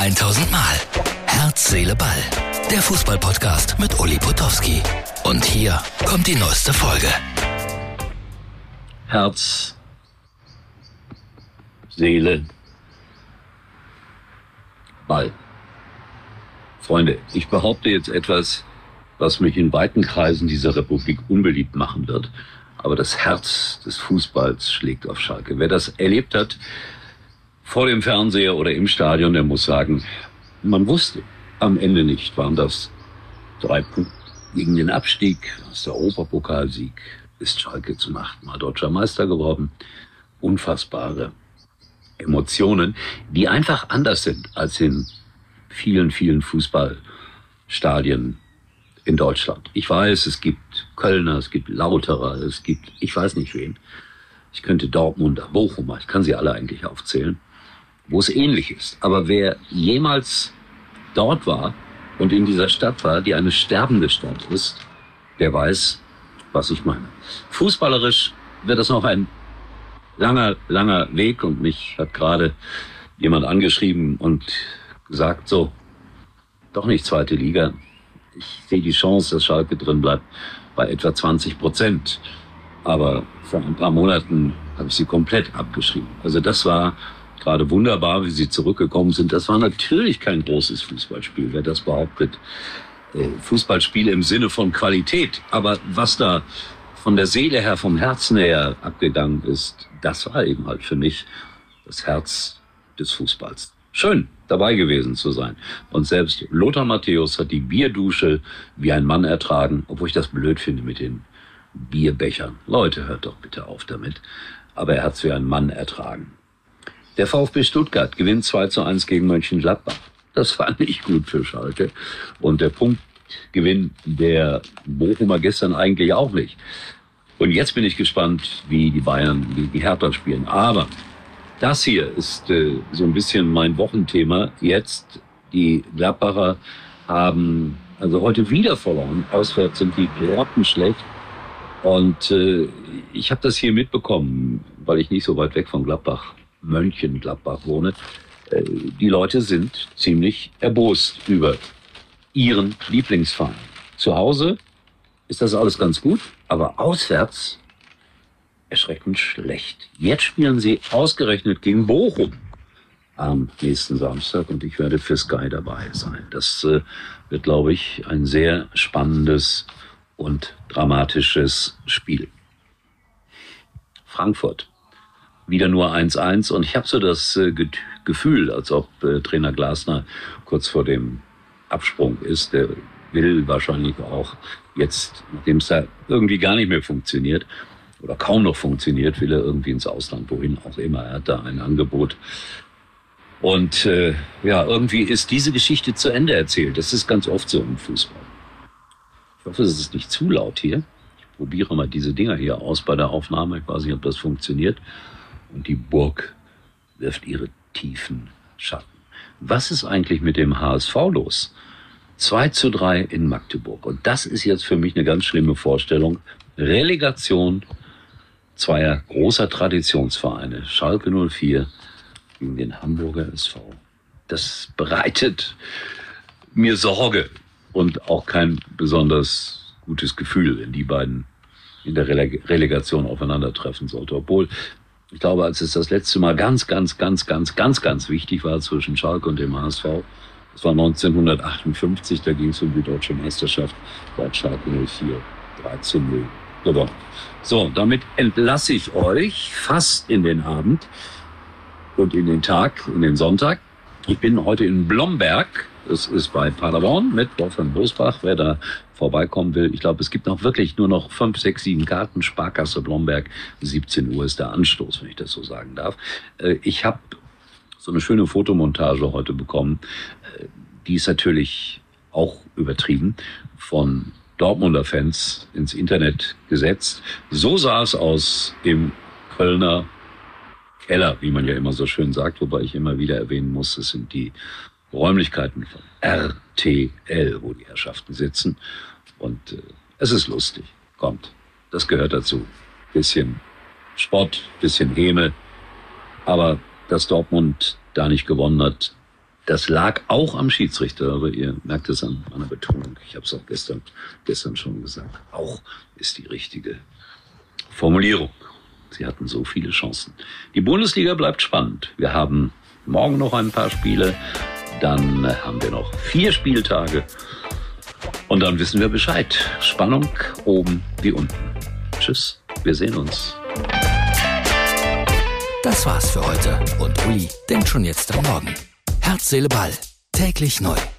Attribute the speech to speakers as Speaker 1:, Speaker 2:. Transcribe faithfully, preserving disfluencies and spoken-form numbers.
Speaker 1: tausend Mal. Herz, Seele, Ball. Der Fußball-Podcast mit Uli Potowski. Und hier kommt die neueste Folge.
Speaker 2: Herz, Seele, Ball. Freunde, ich behaupte jetzt etwas, was mich in weiten Kreisen dieser Republik unbeliebt machen wird. Aber das Herz des Fußballs schlägt auf Schalke. Wer das erlebt hat, vor dem Fernseher oder im Stadion, der muss sagen, man wusste am Ende nicht, waren das drei Punkte gegen den Abstieg, aus der Europapokalsieg, ist Schalke zum achten Mal deutscher Meister geworden. Unfassbare Emotionen, die einfach anders sind als in vielen, vielen Fußballstadien in Deutschland. Ich weiß, es gibt Kölner, es gibt Lauterer, es gibt, ich weiß nicht wen. Ich könnte Dortmunder, Bochumer, ich kann sie alle eigentlich aufzählen, wo es ähnlich ist. Aber wer jemals dort war und in dieser Stadt war, die eine sterbende Stadt ist, der weiß, was ich meine. Fußballerisch wird das noch ein langer, langer Weg. Und mich hat gerade jemand angeschrieben und gesagt, so, doch nicht zweite Liga. Ich sehe die Chance, dass Schalke drin bleibt, bei etwa zwanzig Prozent. Aber vor ein paar Monaten habe ich sie komplett abgeschrieben. Also das war gerade wunderbar, wie sie zurückgekommen sind. Das war natürlich kein großes Fußballspiel, wer das behauptet. Fußballspiel im Sinne von Qualität. Aber was da von der Seele her, vom Herzen her abgegangen ist, das war eben halt für mich das Herz des Fußballs. Schön, dabei gewesen zu sein. Und selbst Lothar Matthäus hat die Bierdusche wie ein Mann ertragen, obwohl ich das blöd finde mit den Bierbechern. Leute, hört doch bitte auf damit. Aber er hat es wie ein Mann ertragen. Der VfB Stuttgart gewinnt zwei zu eins gegen Mönchengladbach. Das war nicht gut für Schalke. Und der Punktgewinn der Bochumer gestern eigentlich auch nicht. Und jetzt bin ich gespannt, wie die Bayern gegen die Hertha spielen. Aber das hier ist äh, so ein bisschen mein Wochenthema. Jetzt, die Gladbacher haben also heute wieder verloren. Auswärts sind die grottenschlecht. Und äh, ich habe das hier mitbekommen, weil ich nicht so weit weg von Gladbach, Mönchengladbach wohne. Äh, die Leute sind ziemlich erbost über ihren Lieblingsverein. Zu Hause ist das alles ganz gut, aber auswärts erschreckend schlecht. Jetzt spielen sie ausgerechnet gegen Bochum am nächsten Samstag und ich werde für Sky dabei sein. Das äh, wird, glaube ich, ein sehr spannendes und dramatisches Spiel. Frankfurt, wieder nur eins eins und ich habe so das äh, Ge- Gefühl, als ob äh, Trainer Glasner kurz vor dem Absprung ist. Der will wahrscheinlich auch jetzt, nachdem es da irgendwie gar nicht mehr funktioniert, oder kaum noch funktioniert, will er irgendwie ins Ausland, wohin auch immer. Er hat da ein Angebot. Und äh, ja, irgendwie ist diese Geschichte zu Ende erzählt. Das ist ganz oft so im Fußball. Ich hoffe, es ist nicht zu laut hier. Ich probiere mal diese Dinger hier aus bei der Aufnahme. Ich weiß nicht, ob das funktioniert. Und die Burg wirft ihre tiefen Schatten. Was ist eigentlich mit dem H S V los? zwei zu drei in Magdeburg. Und das ist jetzt für mich eine ganz schlimme Vorstellung. Relegation zweier großer Traditionsvereine, Schalke null vier gegen den Hamburger S V. Das bereitet mir Sorge und auch kein besonders gutes Gefühl, wenn die beiden in der Releg- Relegation aufeinandertreffen sollte. Obwohl, ich glaube, als es das letzte Mal ganz, ganz, ganz, ganz, ganz, ganz wichtig war zwischen Schalke und dem H S V, das war neunzehnhundertachtundfünfzig, da ging es um die deutsche Meisterschaft, da hat Schalke null vier drei zu null gewonnen. So, damit entlasse ich euch fast in den Abend und in den Tag, in den Sonntag. Ich bin heute in Blomberg, das ist bei Paderborn mit Wolfgang Bosbach, wer da vorbeikommen will. Ich glaube, es gibt noch wirklich nur noch fünf, sechs, sieben Karten. Sparkasse Blomberg, siebzehn Uhr ist der Anstoß, wenn ich das so sagen darf. Ich habe so eine schöne Fotomontage heute bekommen. Die ist natürlich auch übertrieben, von Dortmunder Fans ins Internet gesetzt. So sah es aus im Kölner Keller, wie man ja immer so schön sagt, wobei ich immer wieder erwähnen muss, es sind die Räumlichkeiten von R T L, wo die Herrschaften sitzen. Und äh, es ist lustig. Kommt, das gehört dazu. Bisschen Sport, bisschen Häme. Aber dass Dortmund da nicht gewonnen hat, Das lag auch am Schiedsrichter, aber ihr merkt es an meiner Betonung. Ich habe es auch gestern, gestern schon gesagt. Auch ist die richtige Formulierung. Sie hatten so viele Chancen. Die Bundesliga bleibt spannend. Wir haben morgen noch ein paar Spiele. Dann haben wir noch vier Spieltage. Und dann wissen wir Bescheid. Spannung oben wie unten. Tschüss, wir sehen uns.
Speaker 1: Das war's für heute. Und Uli denkt schon jetzt am Morgen. Herz, Seele, Ball. Täglich neu.